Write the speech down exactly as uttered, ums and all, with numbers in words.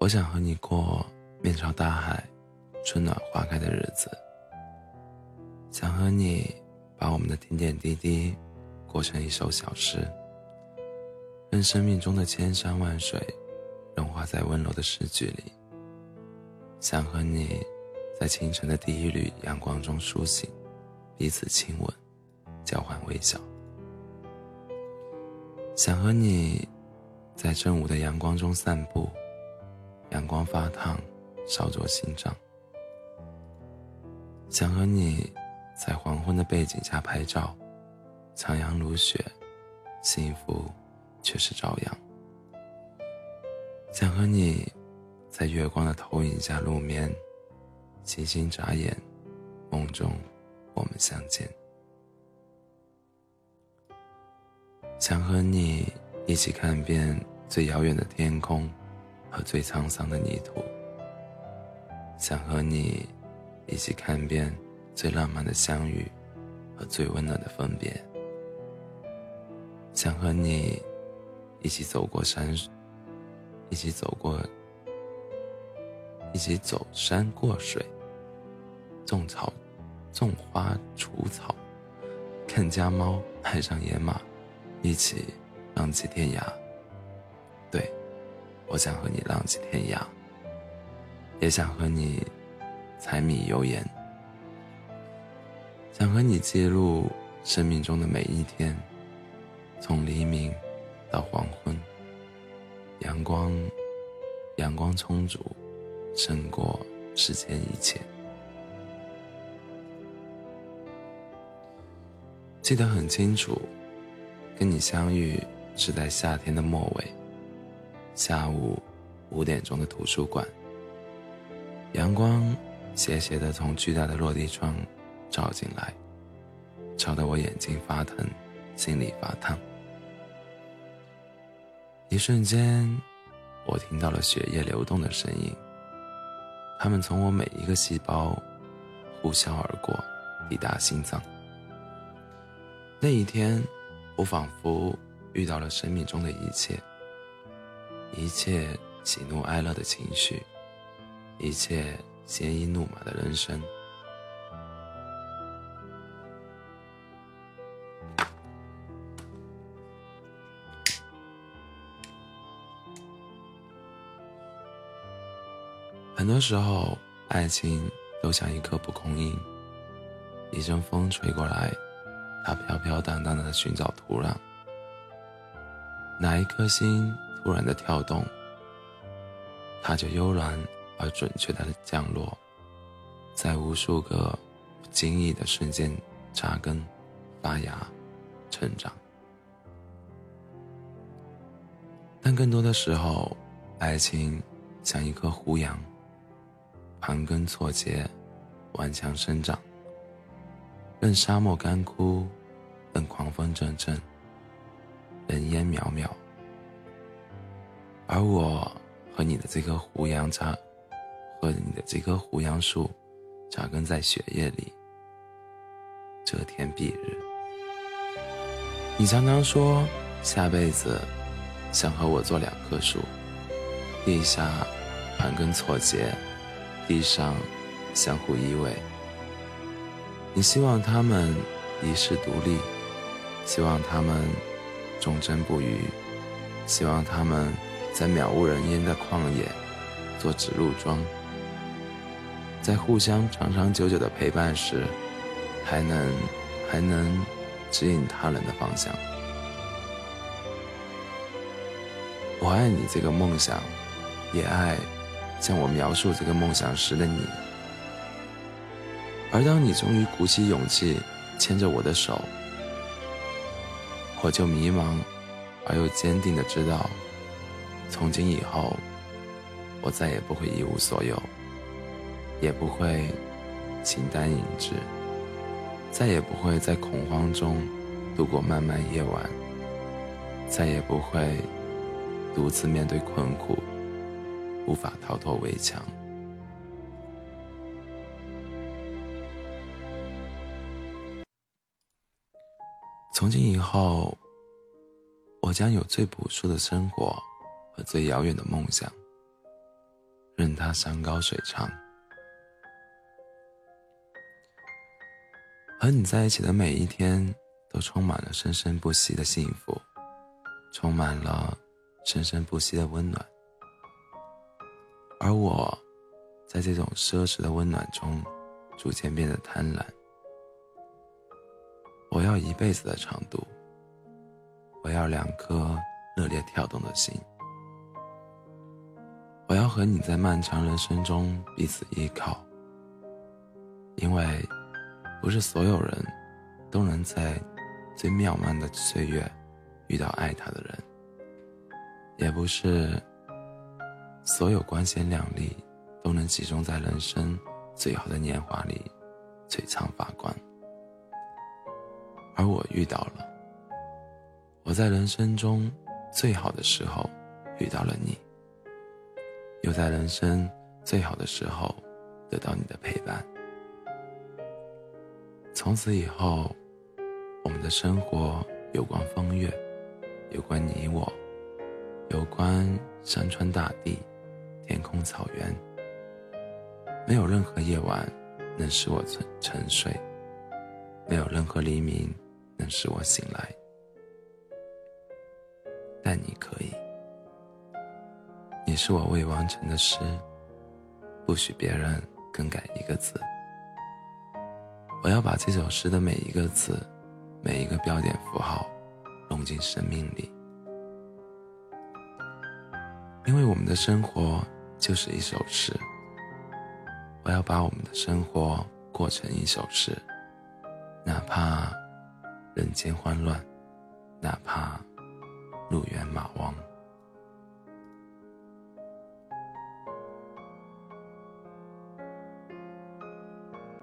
想和你过面朝大海，春暖花开的日子，想和你把我们的点点滴滴过成一首小诗，任生命中的千山万水融化在温柔的诗句里。想和你在清晨的第一缕阳光中苏醒，彼此亲吻，交换微笑。想和你在正午的阳光中散步，阳光发烫，烧灼心脏。想和你在黄昏的背景下拍照，徜徉如雪，幸福却是朝阳。想和你在月光的投影下入眠，星星眨眼，梦中我们相见。想和你一起看遍最遥远的天空和最沧桑的泥土，想和你一起看遍最浪漫的相遇和最温暖的分别，想和你一起走过山，一起走过，一起走山过水，种草，种花除草，看家猫爱上野马，一起浪迹天涯。对，我想和你浪迹天涯，也想和你柴米油盐，想和你记录生命中的每一天，从黎明到黄昏，阳光阳光充足，胜过世间一切。记得很清楚，跟你相遇是在夏天的末尾，下午五点钟的图书馆，阳光斜斜地从巨大的落地窗照进来，照得我眼睛发疼，心里发烫。一瞬间，我听到了血液流动的声音，它们从我每一个细胞呼啸而过，抵达心脏。那一天，我仿佛遇到了生命中的一切，一切喜怒哀乐的情绪，一切鲜衣怒马的人生。很多时候，爱情都像一颗蒲公英，一阵风吹过来，它飘飘荡荡地寻找土壤。哪一颗心突然的跳动，它就悠然而准确地降落，在无数个不经意的瞬间扎根、发芽、成长。但更多的时候，爱情像一棵胡杨，盘根错节，顽强生长，任沙漠干枯，任狂风阵阵，人烟渺渺。而我和你的这棵胡杨扎，和你的这棵胡杨树扎根在血液里，遮天蔽日。你常常说下辈子想和我做两棵树，地下盘根错节，地上相互依偎。你希望他们遗世独立，希望他们忠贞不渝，希望他们在渺无人烟的旷野做指路桩，在互相长长久久的陪伴时，还能还能指引他人的方向。我爱你这个梦想，也爱向我描述这个梦想时的你。而当你终于鼓起勇气牵着我的手，我就迷茫而又坚定地知道，从今以后，我再也不会一无所有，也不会形单影只，再也不会在恐慌中度过漫漫夜晚，再也不会独自面对困苦，无法逃脱围墙。从今以后，我将有最朴素的生活和最遥远的梦想。 任它山高水长。和你在一起的每一天都充满了生生不息的幸福，充满了生生不息的温暖。而我在这种奢侈的温暖中逐渐变得贪婪。我要一辈子的长度，我要两颗热烈跳动的心，我要和你在漫长人生中彼此依靠。因为不是所有人都能在最渺茫的岁月遇到爱他的人，也不是所有光鲜亮丽都能集中在人生最后的年华里璀璨发光。而我遇到了，我在人生中最好的时候遇到了你，又在人生最好的时候得到你的陪伴。从此以后，我们的生活有关风月，有关你我，有关山川大地，天空草原。没有任何夜晚能使我沉沉睡，没有任何黎明能使我醒来，但你可以。你是我未完成的诗，不许别人更改一个字。我要把这首诗的每一个字，每一个标点符号融进生命里。因为我们的生活就是一首诗，我要把我们的生活过成一首诗，哪怕人间慌乱，哪怕路远马亡。